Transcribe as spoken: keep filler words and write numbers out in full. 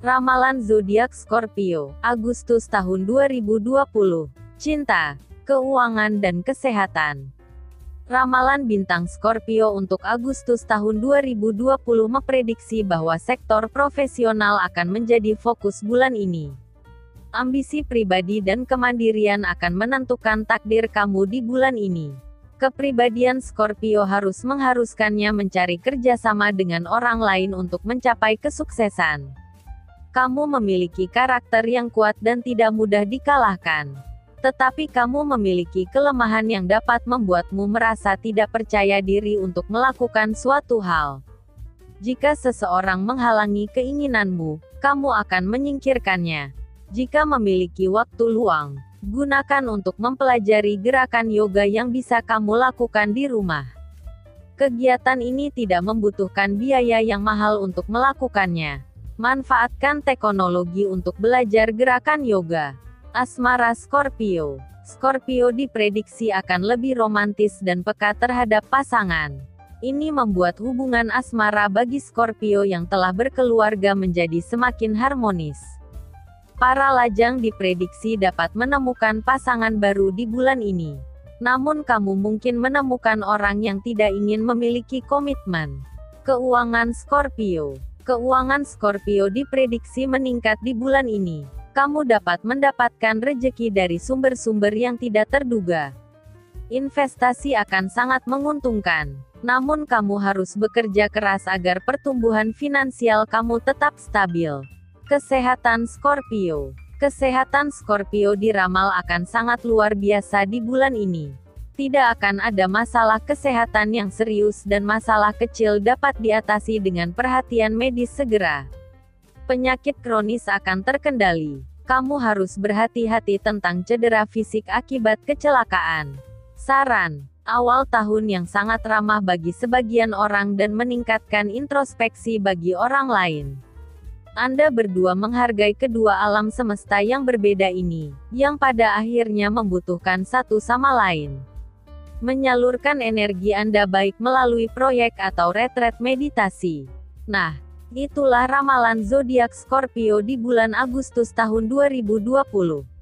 Ramalan zodiak Scorpio, Agustus tahun dua ribu dua puluh. Cinta, keuangan dan kesehatan. Ramalan bintang Scorpio untuk Agustus tahun dua ribu dua puluh memprediksi bahwa sektor profesional akan menjadi fokus bulan ini. Ambisi pribadi dan kemandirian akan menentukan takdir kamu di bulan ini. Kepribadian Scorpio harus mengharuskannya mencari kerjasama dengan orang lain untuk mencapai kesuksesan. Kamu memiliki karakter yang kuat dan tidak mudah dikalahkan. Tetapi kamu memiliki kelemahan yang dapat membuatmu merasa tidak percaya diri untuk melakukan suatu hal. Jika seseorang menghalangi keinginanmu, kamu akan menyingkirkannya. Jika memiliki waktu luang, gunakan untuk mempelajari gerakan yoga yang bisa kamu lakukan di rumah. Kegiatan ini tidak membutuhkan biaya yang mahal untuk melakukannya. Manfaatkan teknologi untuk belajar gerakan yoga. Asmara Scorpio. Scorpio diprediksi akan lebih romantis dan peka terhadap pasangan. Ini membuat hubungan asmara bagi Scorpio yang telah berkeluarga menjadi semakin harmonis. Para lajang diprediksi dapat menemukan pasangan baru di bulan ini. Namun kamu mungkin menemukan orang yang tidak ingin memiliki komitmen. Keuangan Scorpio. Keuangan Scorpio diprediksi meningkat di bulan ini. Kamu dapat mendapatkan rejeki dari sumber-sumber yang tidak terduga. Investasi akan sangat menguntungkan. Namun kamu harus bekerja keras agar pertumbuhan finansial kamu tetap stabil. Kesehatan Scorpio. Kesehatan Scorpio diramal akan sangat luar biasa di bulan ini. Tidak akan ada masalah kesehatan yang serius dan masalah kecil dapat diatasi dengan perhatian medis segera. Penyakit kronis akan terkendali. Kamu harus berhati-hati tentang cedera fisik akibat kecelakaan. Saran, awal tahun yang sangat ramah bagi sebagian orang dan meningkatkan introspeksi bagi orang lain. Anda berdua menghargai kedua alam semesta yang berbeda ini, yang pada akhirnya membutuhkan satu sama lain. Menyalurkan energi Anda baik melalui proyek atau retret meditasi. Nah, itulah ramalan zodiak Scorpio di bulan Agustus tahun dua ribu dua puluh.